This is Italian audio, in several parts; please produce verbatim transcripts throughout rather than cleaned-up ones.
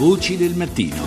Voci del mattino.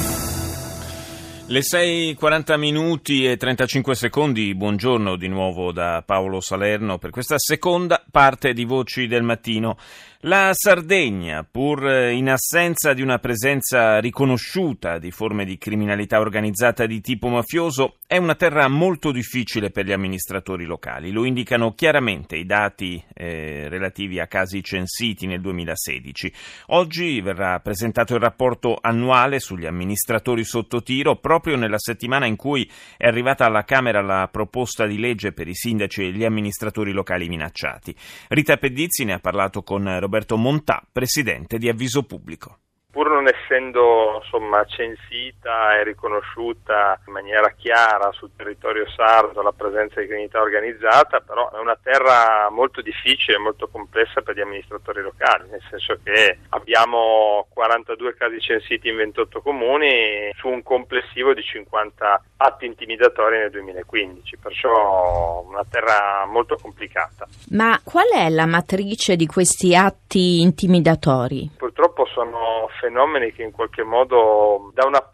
Le sei e quaranta minuti e trentacinque secondi, buongiorno di nuovo da Paolo Salerno per questa seconda parte di Voci del Mattino. La Sardegna, pur in assenza di una presenza riconosciuta di forme di criminalità organizzata di tipo mafioso, è una terra molto difficile per gli amministratori locali. Lo indicano chiaramente i dati eh, relativi a casi censiti nel duemilasedici. Oggi verrà presentato il rapporto annuale sugli amministratori sotto tiro, proprio nella settimana in cui è arrivata alla Camera la proposta di legge per i sindaci e gli amministratori locali minacciati. Rita Pedizzi ne ha parlato con Roberto Montà, presidente di Avviso Pubblico. Pur non essendo insomma censita e riconosciuta in maniera chiara sul territorio sardo la presenza di criminalità organizzata, però è una terra molto difficile e molto complessa per gli amministratori locali, nel senso che abbiamo quarantadue casi censiti in ventotto comuni su un complessivo di cinquanta atti intimidatori nel duemilaquindici, perciò una terra molto complicata. Ma qual è la matrice di questi atti intimidatori? Purtroppo sono fenomeni che in qualche modo da una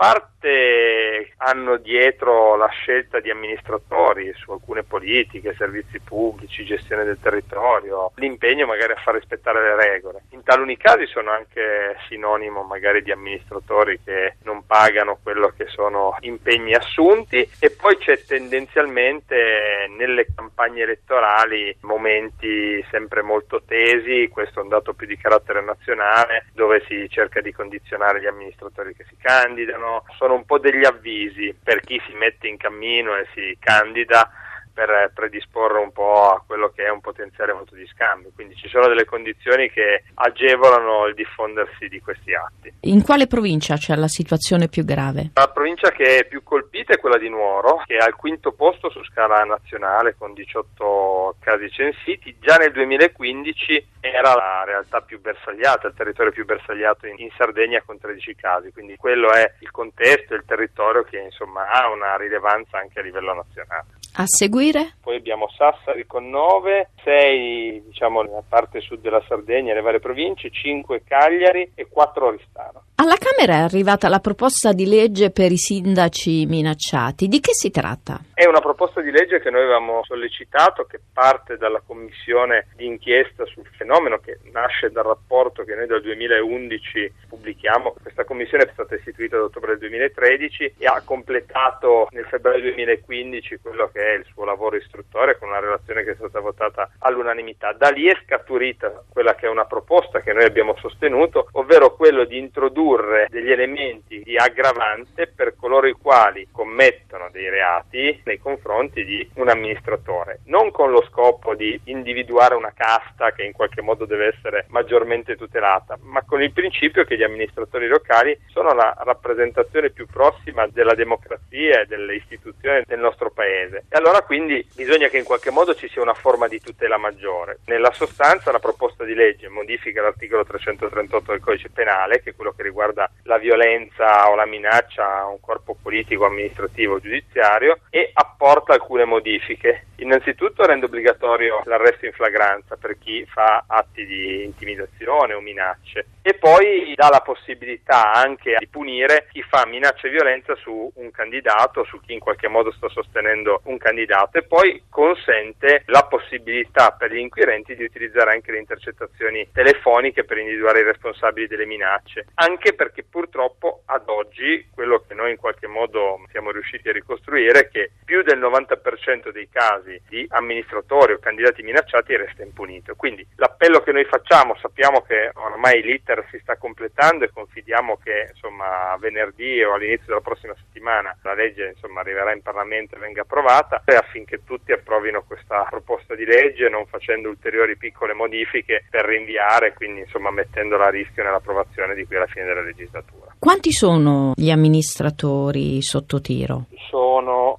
parte hanno dietro la scelta di amministratori su alcune politiche, servizi pubblici, gestione del territorio, l'impegno magari a far rispettare le regole. In taluni casi sono anche sinonimo magari di amministratori che non pagano quello che sono impegni assunti, e poi c'è tendenzialmente nelle campagne elettorali momenti sempre molto tesi, questo è un dato più di carattere nazionale, dove si cerca di condizionare gli amministratori che si candidano. Sono un po' degli avvisi per chi si mette in cammino e si candida, per predisporre un po' a quello che è un potenziale voto di scambio. Quindi ci sono delle condizioni che agevolano il diffondersi di questi atti. In quale provincia c'è la situazione più grave? La provincia che è più colpita è quella di Nuoro, che è al quinto posto su scala nazionale con diciotto casi censiti. Già nel duemilaquindici era la realtà più bersagliata, il territorio più bersagliato in, in Sardegna con tredici casi, quindi quello è il contesto e il territorio che insomma ha una rilevanza anche a livello nazionale. A seguire? Poi abbiamo Sassari con nove, sei diciamo nella parte sud della Sardegna, le varie province, cinque Cagliari e quattro Oristano. Alla Camera è arrivata la proposta di legge per i sindaci minacciati. Di che si tratta? È una proposta di legge che noi avevamo sollecitato, che parte dalla commissione di inchiesta sul fenomeno, che nasce dal rapporto che noi dal duemilaundici pubblichiamo. Questa commissione è stata istituita ad ottobre del duemilatredici e ha completato nel febbraio duemilaquindici quello che è il suo lavoro istruttore con una relazione che è stata votata all'unanimità. Da lì è scaturita quella che è una proposta che noi abbiamo sostenuto, ovvero quello di introdurre degli elementi di aggravante per coloro i quali commettono dei reati nei confronti di un amministratore, non con lo scopo di individuare una casta che in qualche modo deve essere maggiormente tutelata, ma con il principio che gli amministratori locali sono la rappresentazione più prossima della democrazia e delle istituzioni del nostro paese. E allora quindi bisogna che in qualche modo ci sia una forma di tutela maggiore. Nella sostanza la proposta di legge modifica l'articolo trecentotrentotto del codice penale, che è quello che riguarda la violenza o la minaccia a un corpo politico, amministrativo o giudiziario, e apporta alcune modifiche. Innanzitutto rende obbligatorio l'arresto in flagranza per chi fa atti di intimidazione o minacce, e poi dà la possibilità anche di punire chi fa minaccia e violenza su un candidato, su chi in qualche modo sta sostenendo un candidato, e poi consente la possibilità per gli inquirenti di utilizzare anche le intercettazioni telefoniche per individuare i responsabili delle minacce, anche perché purtroppo ad oggi quello che noi in qualche modo siamo riusciti a ricostruire è che più del novanta per cento dei casi di amministratori o candidati minacciati resta impunito. Quindi l'appello che noi facciamo, sappiamo che ormai l'iter si sta completando e confidiamo che insomma venerdì o all'inizio della prossima settimana la legge insomma arriverà in Parlamento e venga approvata, e affinché tutti approvino questa proposta di legge, non facendo ulteriori piccole modifiche per rinviare, quindi insomma mettendola a rischio nell'approvazione di qui alla fine della legislatura. Quanti sono gli amministratori sotto tiro? Sono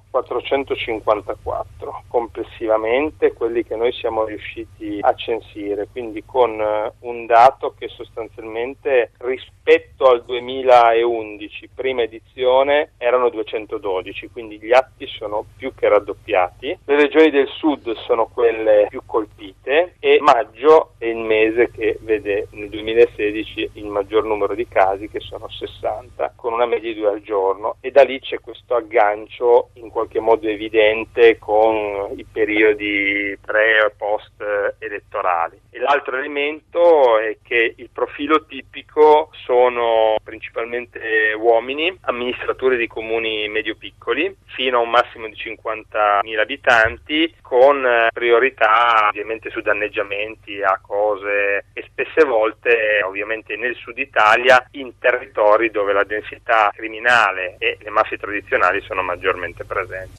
quattrocentocinquantaquattro complessivamente quelli che noi siamo riusciti a censire, quindi con un dato che sostanzialmente rispetto rispetto al duemilaundici, prima edizione, erano duecentododici, quindi gli atti sono più che raddoppiati. Le regioni del sud sono quelle più colpite e maggio è il mese che vede nel duemilasedici il maggior numero di casi, che sono sessanta, con una media di due al giorno, e da lì c'è questo aggancio in qualche modo evidente con i periodi pre e post elettorali. E l'altro elemento è che il profilo tipico sono principalmente uomini, amministratori di comuni medio-piccoli, fino a un massimo di cinquantamila abitanti, con priorità ovviamente su danneggiamenti a cose, e spesse volte ovviamente nel sud Italia, in territori dove la densità criminale e le mafie tradizionali sono maggiormente presenti.